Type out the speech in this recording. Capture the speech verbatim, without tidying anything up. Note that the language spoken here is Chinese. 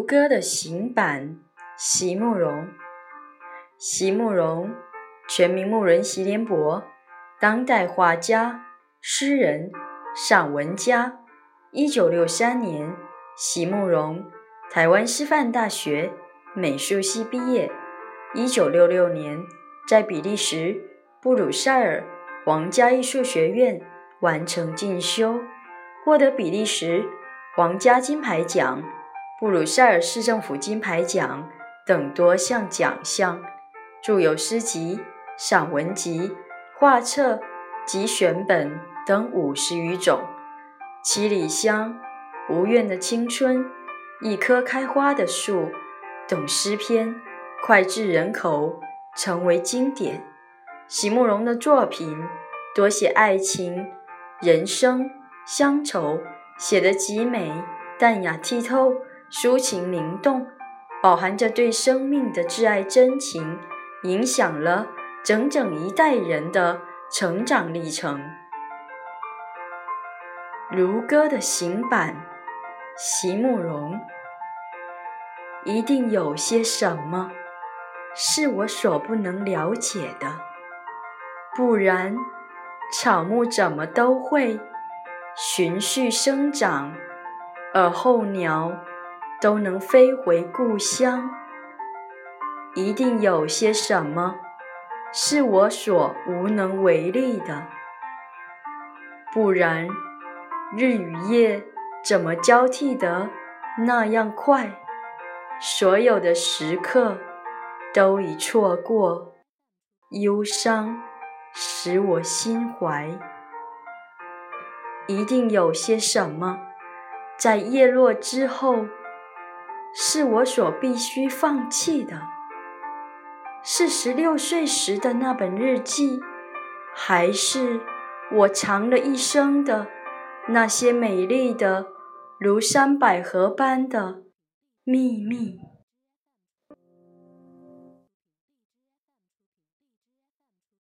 歌的行板，席慕容。席慕容，全名慕人席联博，当代画家、诗人、散文家。一九六三年，席慕容台湾师范大学美术系毕业。一九六六年，在比利时布鲁塞尔皇家艺术学院完成进修，获得比利时皇家金牌奖、布鲁塞尔市政府金牌奖等多项奖项，著有诗集、散文集、画册及选本等五十余种。七里香、无怨的青春、一棵开花的树等诗篇脍炙人口，成为经典。席慕容的作品多写爱情、人生、乡愁，写得极美，淡雅剔透，抒情灵动，饱含着对生命的挚爱真情，影响了整整一代人的成长历程。如歌的行板，席慕容。一定有些什么是我所不能了解的，不然草木怎么都会循序生长，而候鸟都能飞回故乡。一定有些什么是我所无能为力的，不然日与夜怎么交替得那样快，所有的时刻都已错过，忧伤使我心怀。一定有些什么在叶落之后是我所必须放弃的，是十六岁时的那本日记，还是我藏了一生的那些美丽的如山百合般的秘密？